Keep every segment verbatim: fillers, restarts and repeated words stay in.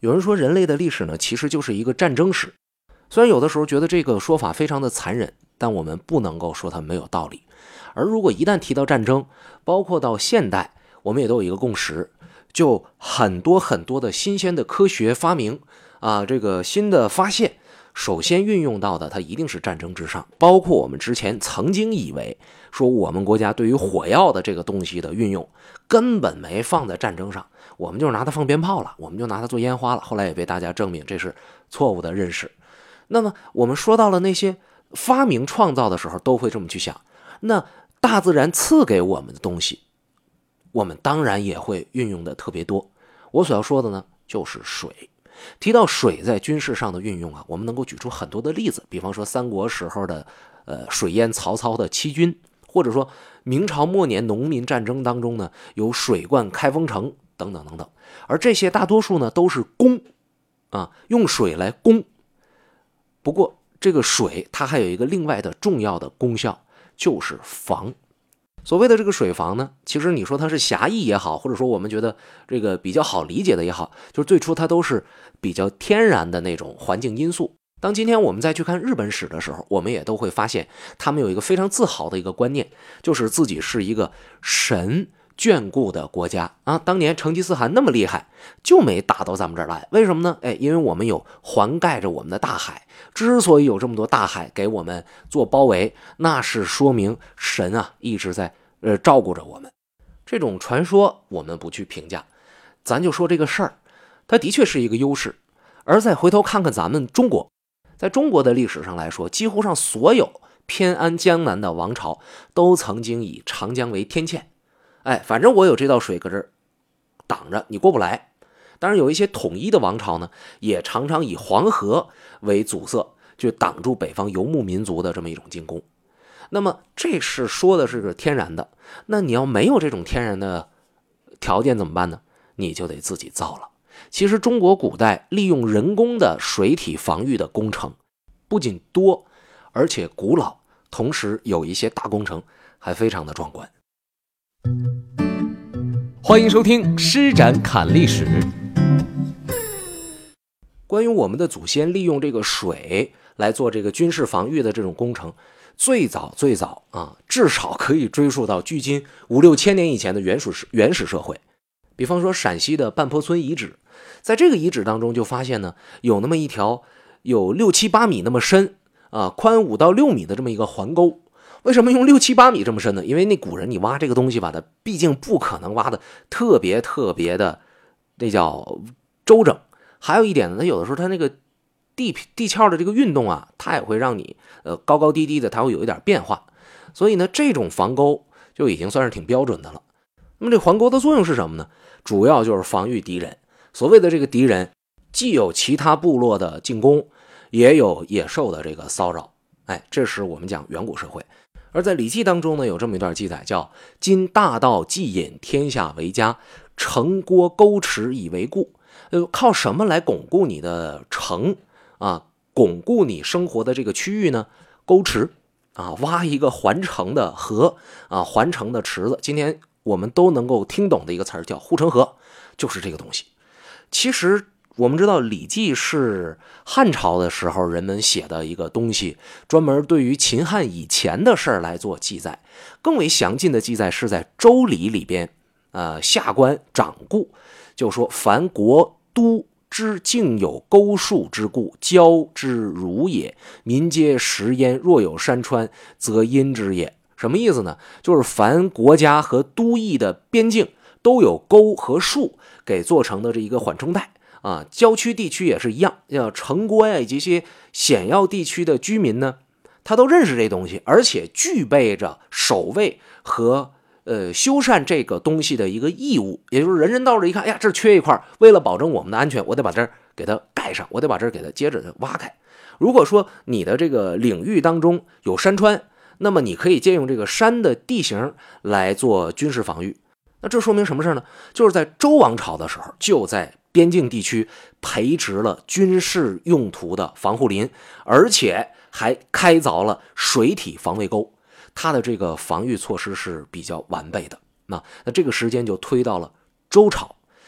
有人说人类的历史呢，其实就是一个战争史。虽然有的时候觉得这个说法非常的残忍，但我们不能够说它没有道理。而如果一旦提到战争，包括到现代，我们也都有一个共识，就很多很多的新鲜的科学发明啊，这个新的发现，首先运用到的它一定是战争之上。包括我们之前曾经以为说我们国家对于火药的这个东西的运用根本没放在战争上，我们就是拿它放鞭炮了，我们就拿它做烟花了，后来也被大家证明这是错误的认识。那么我们说到了那些发明创造的时候都会这么去想，那大自然赐给我们的东西，我们当然也会运用的特别多。我所要说的呢，就是水。提到水在军事上的运用啊，我们能够举出很多的例子，比方说三国时候的呃水淹曹操的七军，或者说明朝末年农民战争当中呢，有水灌开封城等等等等。而这些大多数呢都是攻啊，用水来攻。不过这个水它还有一个另外的重要的功效，就是防。所谓的这个水防呢，其实你说它是狭义也好，或者说我们觉得这个比较好理解的也好，就是最初它都是比较天然的那种环境因素。当今天我们再去看日本史的时候，我们也都会发现他们有一个非常自豪的一个观念，就是自己是一个神眷顾的国家啊。当年成吉思汗那么厉害，就没打到咱们这儿来，为什么呢？哎，因为我们有环盖着我们的大海。之所以有这么多大海给我们做包围，那是说明神啊一直在呃照顾着我们。这种传说我们不去评价，咱就说这个事儿，它的确是一个优势。而再回头看看咱们中国，在中国的历史上来说，几乎上所有偏安江南的王朝都曾经以长江为天堑。哎，反正我有这道水搁这儿挡着，你过不来。当然有一些统一的王朝呢，也常常以黄河为阻塞，就挡住北方游牧民族的这么一种进攻。那么这是说的是个天然的，那你要没有这种天然的条件怎么办呢？你就得自己造了。其实中国古代利用人工的水体防御的工程不仅多，而且古老，同时有一些大工程还非常的壮观。 欢迎收听施展侃历史。 关于我们的祖先利用这个水来做这个军事防御的这种工程，最早最早啊，至少可以追溯到距今五六千年以前的原始原始社会。比方说陕西的半坡村遗址，在这个遗址当中就发现呢，有那么一条有六七八米那么深啊，宽五到六米的这么一个环沟。为什么用六七八米这么深呢？因为那古人你挖这个东西吧，它毕竟不可能挖的特别特别的那叫周整。还有一点呢，它有的时候它那个地地壳的这个运动啊，它也会让你呃高高低低的，它会有一点变化。所以呢，这种防沟就已经算是挺标准的了。那么这环沟的作用是什么呢？主要就是防御敌人。所谓的这个敌人，既有其他部落的进攻，也有野兽的这个骚扰。哎，这是我们讲远古社会。而在《礼记》当中呢，有这么一段记载，叫今大道既引，天下为家，城郭沟池以为固。呃，靠什么来巩固你的城啊？巩固你生活的这个区域呢？沟池啊，挖一个环城的河啊，环城的池子。今天我们都能够听懂的一个词儿叫护城河，就是这个东西。其实我们知道《礼记》是汉朝的时候人们写的一个东西，专门对于秦汉以前的事儿来做记载。更为详尽的记载是在《周礼》里边，呃，下官掌故就说：“凡国都之境有沟戍之故，交之如也。民皆食焉，若有山川，则因之也。”什么意思呢？就是凡国家和都邑的边境都有沟和戍给做成的这一个缓冲带啊，郊区地区也是一样，像城郭呀以及一些险要地区的居民呢，他都认识这东西，而且具备着守卫和呃修缮这个东西的一个义务。也就是人人到这一看，哎呀，这缺一块，为了保证我们的安全，我得把这儿给它盖上，我得把这儿给它接着挖开。如果说你的这个领域当中有山川，那么你可以借用这个山的地形来做军事防御。那这说明什么事呢？就是在周王朝的时候，就在边境地区培植了军事用途的防护林，而且还开凿了水体防卫沟。它的这个防御措施是比较完备的。那那这个时间就推到了周朝。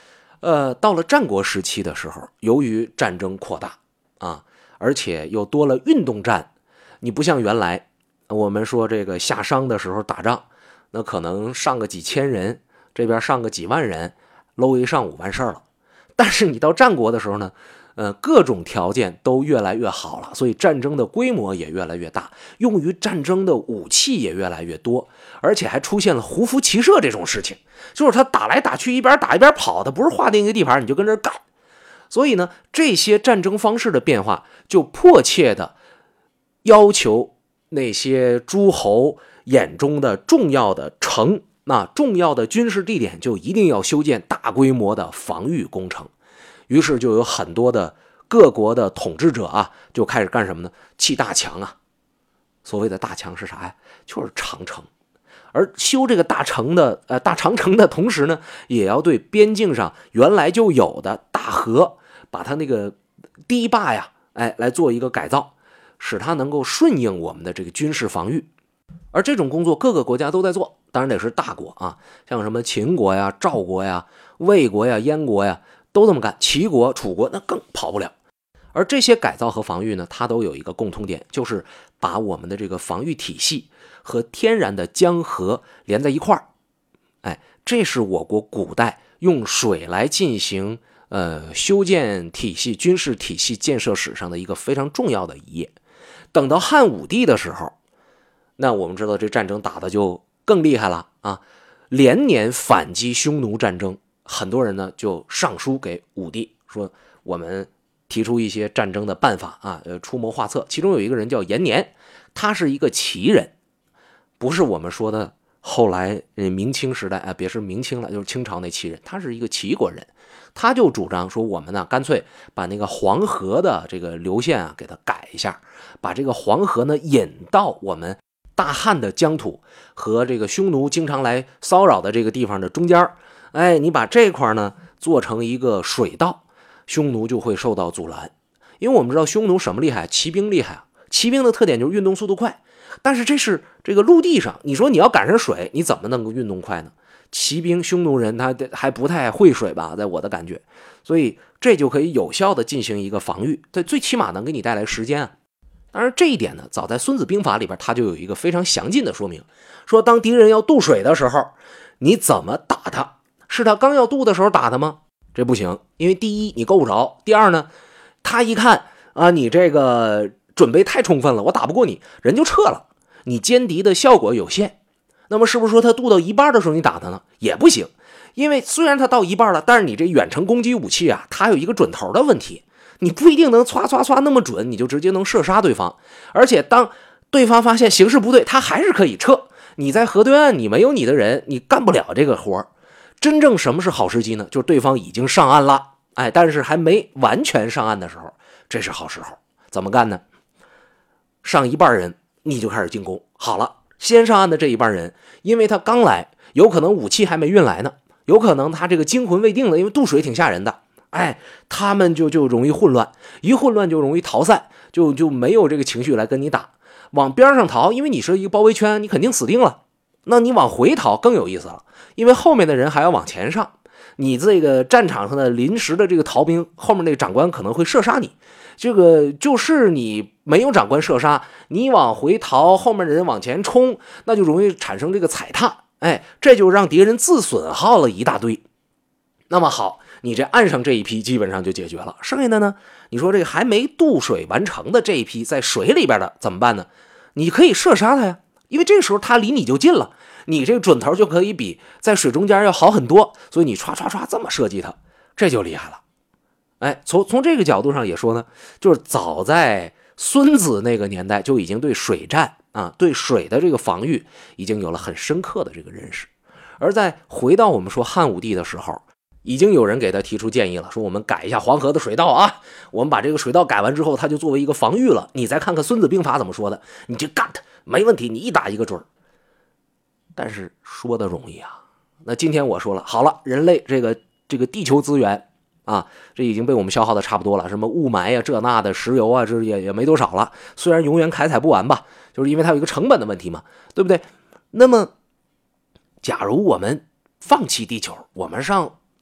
呃，到了战国时期的时候，由于战争扩大啊，而且又多了运动战，你不像原来我们说这个夏商的时候打仗，那可能上个几千人，这边上个几万人，搂一上午完事儿了。但是你到战国的时候呢，呃，各种条件都越来越好了，所以战争的规模也越来越大，用于战争的武器也越来越多，而且还出现了胡服骑射这种事情，就是他打来打去，一边打一边跑，他不是划定一个地盘你就跟这干。所以呢，这些战争方式的变化就迫切的要求那些诸侯眼中的重要的城，那重要的军事地点就一定要修建大规模的防御工程。于是就有很多的各国的统治者啊，就开始干什么呢？砌大墙啊。所谓的大墙是啥呀？就是长城。而修这个大城的呃大长城的同时呢，也要对边境上原来就有的大河，把它那个堤坝呀，哎，来做一个改造，使它能够顺应我们的这个军事防御。而这种工作各个国家都在做，当然得是大国啊，像什么秦国呀、赵国呀、魏国呀、燕国呀，都这么干。齐国、楚国那更跑不了。而这些改造和防御呢，它都有一个共通点，就是把我们的这个防御体系和天然的江河连在一块儿。哎，这是我国古代用水来进行呃修建体系、军事体系建设史上的一个非常重要的一页。等到汉武帝的时候，那我们知道这战争打的就更厉害了啊，连年反击匈奴战争，很多人呢就上书给武帝说，我们提出一些战争的办法啊，呃，出谋划策。其中有一个人叫延年，他是一个齐人，不是我们说的后来明清时代啊，别是明清了，就是清朝那齐人，他是一个齐国人。他就主张说，我们呢干脆把那个黄河的这个流线啊给它改一下，把这个黄河呢引到我们大汉的疆土和这个匈奴经常来骚扰的这个地方的中间，哎，你把这块呢做成一个水道，匈奴就会受到阻拦。因为我们知道匈奴什么厉害？骑兵厉害啊！骑兵的特点就是运动速度快，但是这是这个陆地上，你说你要赶上水，你怎么能够运动快呢？骑兵匈奴人他还不太会水吧，在我的感觉，所以这就可以有效的进行一个防御，这最起码能给你带来时间啊。当然这一点呢，早在孙子兵法里边他就有一个非常详尽的说明，说当敌人要渡水的时候，你怎么打他？是他刚要渡的时候打他吗？这不行，因为第一你够不着，第二呢，他一看啊你这个准备太充分了，我打不过你，人就撤了，你歼敌的效果有限。那么是不是说他渡到一半的时候你打他呢？也不行，因为虽然他到一半了，但是你这远程攻击武器啊，它有一个准头的问题，你不一定能唰唰唰那么准，你就直接能射杀对方。而且当对方发现形势不对，他还是可以撤。你在河对岸，你没有你的人，你干不了这个活。真正什么是好时机呢？就是对方已经上岸了，哎，但是还没完全上岸的时候，这是好时候。怎么干呢？上一半人你就开始进攻，好了。先上岸的这一半人，因为他刚来，有可能武器还没运来呢，有可能他这个惊魂未定的，因为渡水挺吓人的，哎，他们就就容易混乱，一混乱就容易逃散，就就没有这个情绪来跟你打，往边上逃，因为你是一个包围圈，你肯定死定了。那你往回逃更有意思了，因为后面的人还要往前上，你这个战场上的临时的这个逃兵，后面那个长官可能会射杀你。这个就是你没有长官射杀，你往回逃，后面的人往前冲，那就容易产生这个踩踏，哎，这就让敌人自损耗了一大堆。那么好，你这岸上这一批基本上就解决了，剩下的呢，你说这个还没渡水完成的这一批在水里边的怎么办呢？你可以射杀他呀，因为这时候他离你就近了，你这个准头就可以比在水中间要好很多，所以你唰唰唰这么射击他，这就厉害了。哎，从从这个角度上也说呢，就是早在孙子那个年代就已经对水战啊，对水的这个防御已经有了很深刻的这个认识。而在回到我们说汉武帝的时候，已经有人给他提出建议了，说我们改一下黄河的水道啊，我们把这个水道改完之后，它就作为一个防御了。你再看看孙子兵法怎么说的，你就干他，没问题，你一打一个准。但是说的容易啊，那今天我说了，好了，人类这个这个地球资源。啊，这已经被我们消耗的差不多了，什么雾霾呀、这那的石油啊，这也也没多少了。虽然永远开采不完吧，就是因为它有一个成本的问题嘛，对不对？那么，假如我们放弃地球，我们上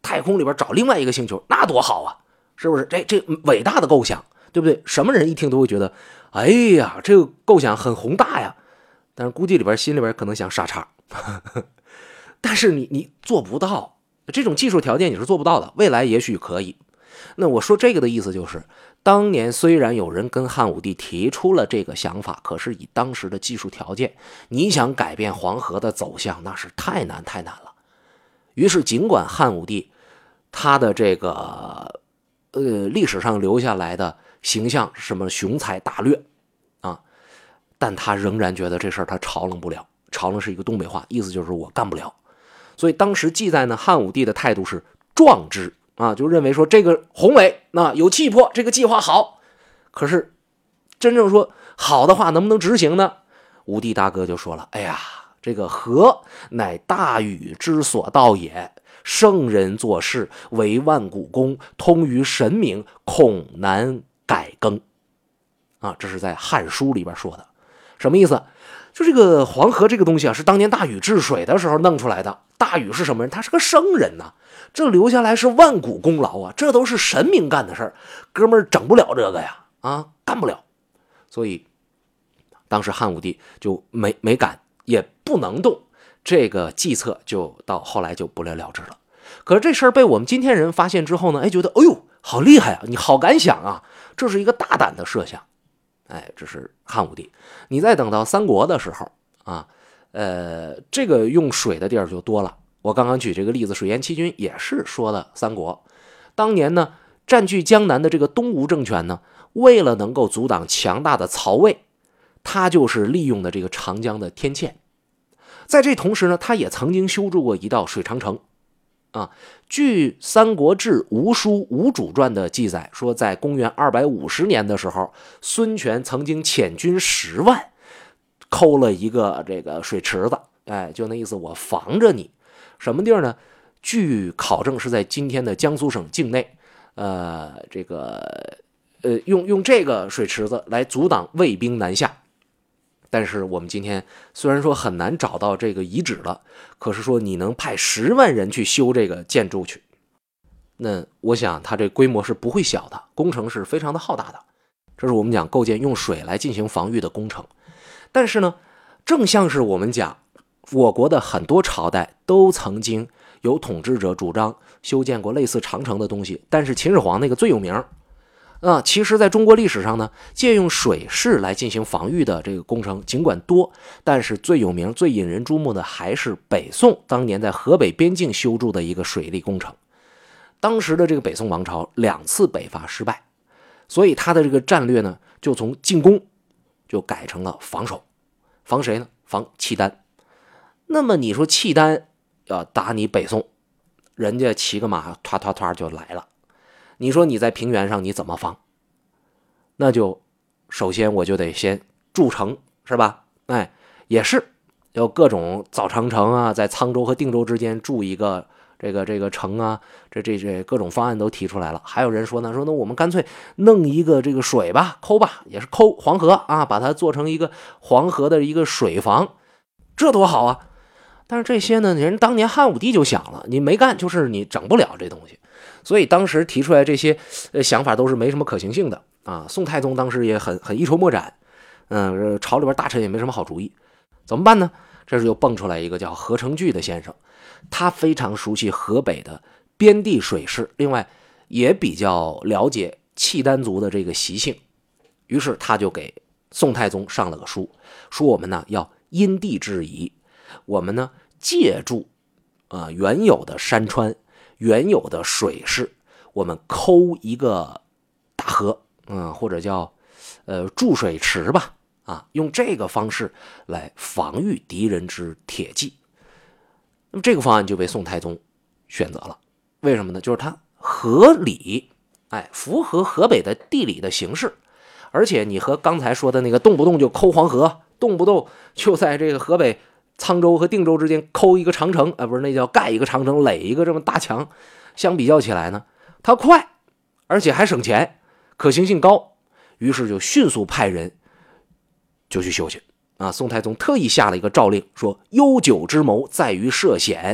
太空里边找另外一个星球，那多好啊，是不是？这这伟大的构想，对不对？什么人一听都会觉得，哎呀，这个构想很宏大呀。但是估计里边心里边可能想傻叉，但是你你做不到，这种技术条件你是做不到的。未来也许可以。那我说这个的意思就是，当年虽然有人跟汉武帝提出了这个想法，可是以当时的技术条件，你想改变黄河的走向，那是太难太难了。于是尽管汉武帝他的这个呃历史上留下来的形象什么雄才大略啊，但他仍然觉得这事儿他嘲弄不了。嘲弄是一个东北话，意思就是我干不了。所以当时记载呢，汉武帝的态度是壮之啊，就认为说这个宏伟，那有气魄，这个计划好。可是真正说好的话能不能执行呢？武帝大哥就说了，哎呀，这个河乃大禹之所道也，圣人做事为万古功，通于神明，恐难改更啊，这是在《汉书》里边说的。什么意思？就这个黄河这个东西啊，是当年大禹治水的时候弄出来的。大禹是什么人？他是个圣人呐、啊，这留下来是万古功劳啊，这都是神明干的事儿，哥们儿整不了这个呀，啊，干不了。所以当时汉武帝就没没敢，也不能动，这个计策就到后来就不了了之了。可是这事儿被我们今天人发现之后呢，哎，觉得哎呦好厉害啊，你好敢想啊，这是一个大胆的设想。哎，这是汉武帝。你再等到三国的时候啊，呃，这个用水的地儿就多了。我刚刚举这个例子，水淹七军也是说的三国。当年呢，占据江南的这个东吴政权呢，为了能够阻挡强大的曹魏，他就是利用的这个长江的天堑。在这同时呢，他也曾经修筑过一道水长城。啊，据《三国志·吴书·吴主传》的记载说，在公元二百五十年的时候，孙权曾经遣军十万，抠了一个这个水池子，哎，就那意思，我防着你。什么地儿呢？据考证是在今天的江苏省境内，呃，这个呃，用用这个水池子来阻挡魏兵南下。但是我们今天虽然说很难找到这个遗址了，可是说你能派十万人去修这个建筑去，那我想它这规模是不会小的，工程是非常的浩大的。这是我们讲构建用水来进行防御的工程。但是呢，正像是我们讲我国的很多朝代都曾经有统治者主张修建过类似长城的东西，但是秦始皇那个最有名啊，其实在中国历史上呢，借用水势来进行防御的这个工程尽管多，但是最有名最引人注目的还是北宋当年在河北边境修筑的一个水利工程。当时的这个北宋王朝两次北伐失败，所以他的这个战略呢，就从进攻就改成了防守。防谁呢？防契丹。那么你说契丹要打你北宋，人家骑个马唰唰唰就来了，你说你在平原上你怎么防？那就首先我就得先筑城，是吧？哎，也是有各种造长城啊，在沧州和定州之间筑一个这个这个城啊，这这这各种方案都提出来了。还有人说呢，说那我们干脆弄一个这个水吧，抠吧，也是抠黄河啊，把它做成一个黄河的一个水房，这多好啊！但是这些呢，人当年汉武帝就想了，你没干，就是你整不了这东西。所以当时提出来这些呃想法都是没什么可行性的啊。宋太宗当时也很很一筹莫展，嗯，朝里边大臣也没什么好主意，怎么办呢？这时又蹦出来一个叫何承矩的先生，他非常熟悉河北的边地水势，另外也比较了解契丹族的这个习性，于是他就给宋太宗上了个书，说我们呢要因地制宜，我们呢借助啊、呃、原有的山川。原有的水势，我们抠一个大河，嗯，或者叫呃注水池吧，啊，用这个方式来防御敌人之铁骑。那么这个方案就被宋太宗选择了，为什么呢？就是它合理，哎，符合河北的地理的形势，而且你和刚才说的那个动不动就抠黄河，动不动就在这个河北沧州和定州之间抠一个长城，啊，不是那叫盖一个长城，垒一个这么大墙，相比较起来呢，它快，而且还省钱，可行性高，于是就迅速派人就去修去啊。宋太宗特意下了一个诏令，说悠久之谋在于涉险，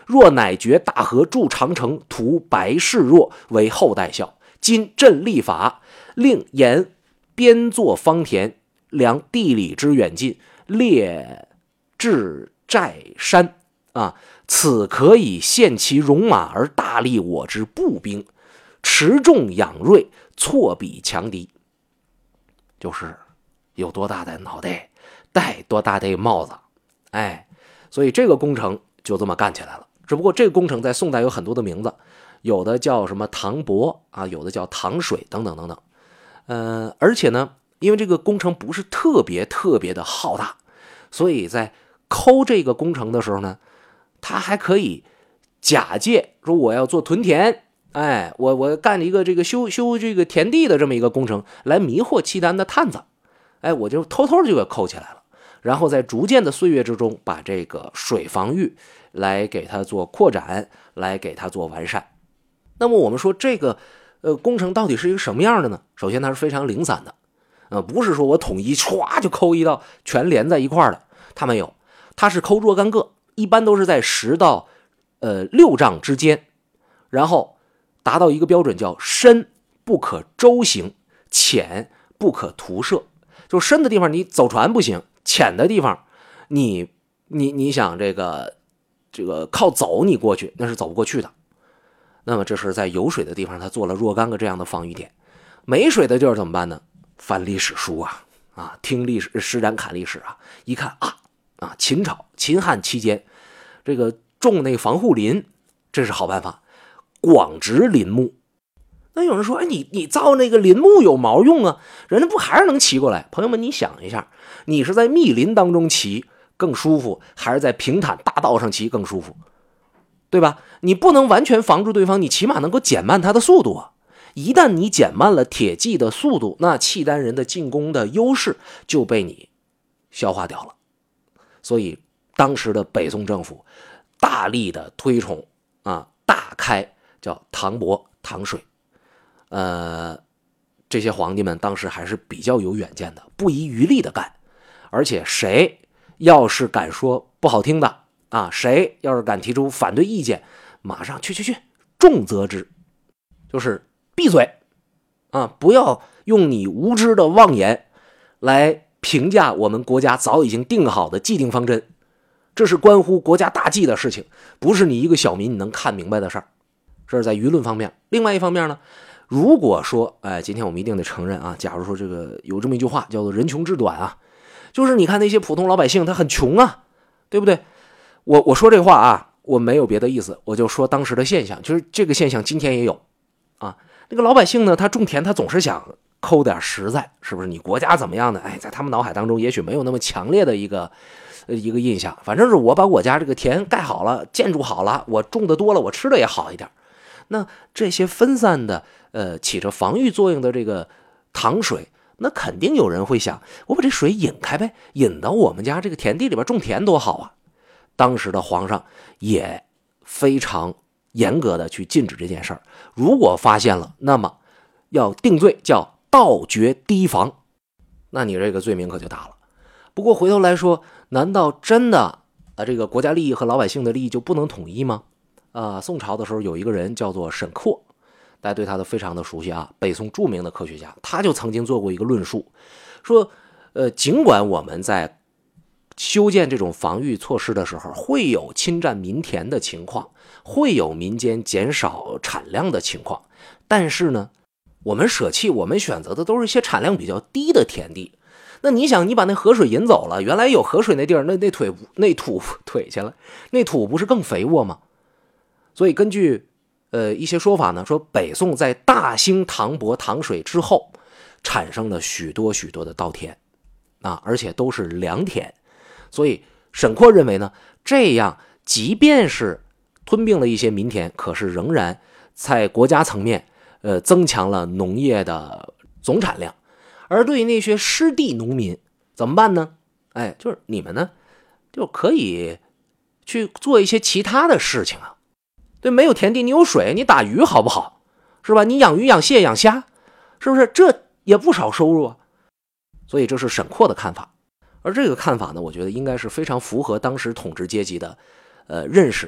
若乃觉大河筑长城，图白示弱，为后代效。今朕立法，令沿边作方田，量地理之远近，列置寨山啊，此可以限其戎马而大利我之步兵，持重养锐，挫彼强敌。就是有多大的脑袋戴多大的帽子，哎，所以这个工程就这么干起来了。只不过这个工程在宋代有很多的名字，有的叫什么唐伯啊，有的叫唐水等等等等。呃，而且呢，因为这个工程不是特别特别的浩大，所以在抠这个工程的时候呢，他还可以假借说我要做屯田，哎，我我干一个这个修修这个田地的这么一个工程，来迷惑契丹的探子，哎，我就偷偷就给抠起来了。然后在逐渐的岁月之中，把这个水防御来给它做扩展，来给它做完善。那么我们说这个呃工程到底是一个什么样的呢？首先它是非常零散的，呃，不是说我统一歘就抠一道全连在一块的，它没有，它是抠若干个，一般都是在十到呃六丈之间，然后达到一个标准叫深不可舟行，浅不可徒涉。就深的地方你走船不行，浅的地方你你你想这个这个靠走你过去那是走不过去的。那么这是在有水的地方他做了若干个这样的防御点，没水的地儿怎么办呢？翻历史书啊啊，听历史施展侃历史啊，一看啊啊，秦朝秦汉期间这个种那防护林，这是好办法，广植林木。那有人说，哎，你你造那个林木有毛用啊？人家不还是能骑过来？朋友们，你想一下，你是在密林当中骑更舒服，还是在平坦大道上骑更舒服？对吧？你不能完全防住对方，你起码能够减慢他的速度啊。一旦你减慢了铁骑的速度，那契丹人的进攻的优势就被你消化掉了。所以当时的北宋政府大力的推崇啊，大开叫唐伯、唐水。呃，这些皇帝们当时还是比较有远见的，不遗余力的干。而且谁要是敢说不好听的啊，谁要是敢提出反对意见，马上去去去重责之，就是闭嘴啊！不要用你无知的妄言来评价我们国家早已经定好的既定方针，这是关乎国家大计的事情，不是你一个小民你能看明白的事儿。这是在舆论方面。另外一方面呢，如果说，哎，今天我们一定得承认啊，假如说这个有这么一句话叫做人穷志短啊，就是你看那些普通老百姓他很穷啊，对不对？我我说这话啊，我没有别的意思，我就说当时的现象，就是这个现象今天也有啊。那个老百姓呢，他种田他总是想抠点实在，是不是？你国家怎么样的？哎，在他们脑海当中也许没有那么强烈的一个呃一个印象，反正是我把我家这个田盖好了，建筑好了，我种的多了，我吃的也好一点。那这些分散的呃起着防御作用的这个塘水，那肯定有人会想，我把这水引开呗，引到我们家这个田地里边种田多好啊。当时的皇上也非常严格的去禁止这件事儿，如果发现了，那么要定罪，叫盗掘堤防，那你这个罪名可就大了。不过回头来说，难道真的啊这个国家利益和老百姓的利益就不能统一吗？啊，宋朝的时候有一个人叫做沈括，大家对他的非常的熟悉啊，北宋著名的科学家，他就曾经做过一个论述，说，呃，尽管我们在修建这种防御措施的时候会有侵占民田的情况，会有民间减少产量的情况，但是呢，我们舍弃我们选择的都是一些产量比较低的田地。那你想，你把那河水引走了，原来有河水那地儿，那那腿那土腿去了，那土不是更肥沃吗？所以根据呃一些说法呢，说北宋在大兴唐伯唐水之后，产生了许多许多的稻田啊，而且都是良田。所以沈括认为呢，这样即便是吞并了一些民田，可是仍然在国家层面呃增强了农业的总产量。而对于那些失地农民怎么办呢？哎，就是你们呢就可以去做一些其他的事情啊。对，没有田地，你有水，你打鱼好不好？是吧？你养鱼、养蟹、养虾，是不是？这也不少收入啊。所以这是沈括的看法，而这个看法呢，我觉得应该是非常符合当时统治阶级的呃认识。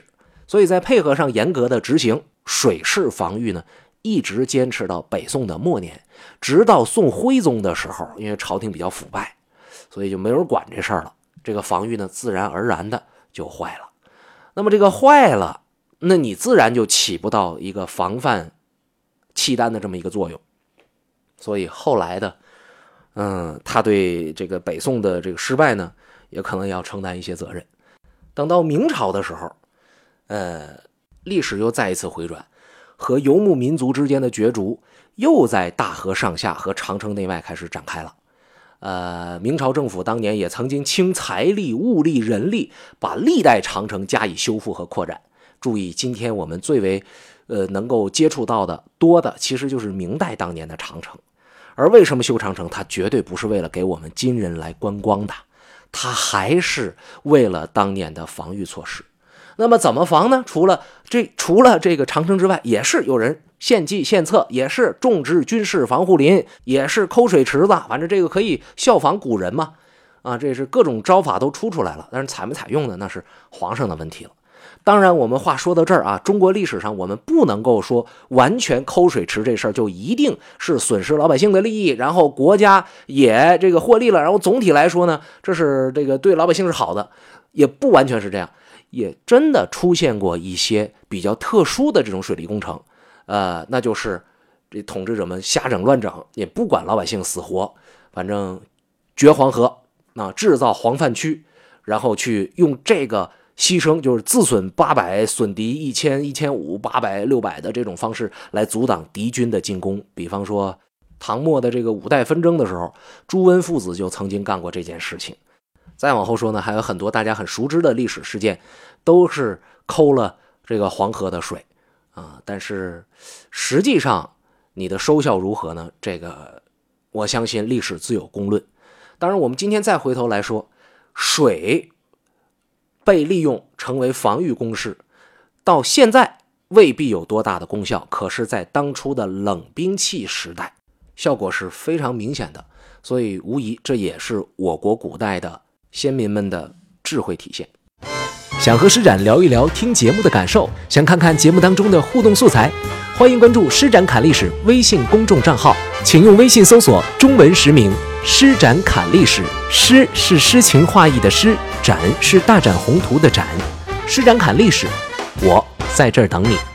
所以在配合上严格的执行水势防御呢，一直坚持到北宋的末年，直到宋徽宗的时候，因为朝廷比较腐败，所以就没人管这事儿了，这个防御呢自然而然的就坏了。那么这个坏了，那你自然就起不到一个防范契丹的这么一个作用。所以后来的嗯，他对这个北宋的这个失败呢，也可能要承担一些责任。等到明朝的时候，呃，历史又再一次回转，和游牧民族之间的角逐又在大河上下和长城内外开始展开了。呃，明朝政府当年也曾经倾财力、物力、人力，把历代长城加以修复和扩展。注意，今天我们最为呃能够接触到的多的，其实就是明代当年的长城。而为什么修长城？它绝对不是为了给我们今人来观光的，它还是为了当年的防御措施。那么怎么防呢？除了这除了这个长城之外，也是有人献计献策，也是种植军事防护林，也是抠水池子，反正这个可以效仿古人嘛。啊，这是各种招法都出出来了，但是采没采用的那是皇上的问题了。当然我们话说到这儿啊，中国历史上我们不能够说完全抠水池这事儿就一定是损失老百姓的利益，然后国家也这个获利了，然后总体来说呢，这是这个对老百姓是好的，也不完全是这样。也真的出现过一些比较特殊的这种水利工程，呃，那就是这统治者们瞎整乱整，也不管老百姓死活，反正掘黄河，啊，制造黄泛区，然后去用这个牺牲，就是自损八百，损敌一千、一千五、八百、六百的这种方式来阻挡敌军的进攻。比方说唐末的这个五代纷争的时候，朱温父子就曾经干过这件事情。再往后说呢，还有很多大家很熟知的历史事件，都是抠了这个黄河的水啊。但是实际上你的收效如何呢？这个我相信历史自有公论。当然我们今天再回头来说，水被利用成为防御工事，到现在未必有多大的功效，可是在当初的冷兵器时代，效果是非常明显的。所以无疑这也是我国古代的先民们的智慧体现。 想和施展聊一聊听节目的感受，想看看节目当中的互动素材，欢迎关注施展侃历史微信公众账号，请用微信搜索中文实名施展侃历史，诗是诗情画意的诗，展是大展宏图的展，施展侃历史，我在这儿等你。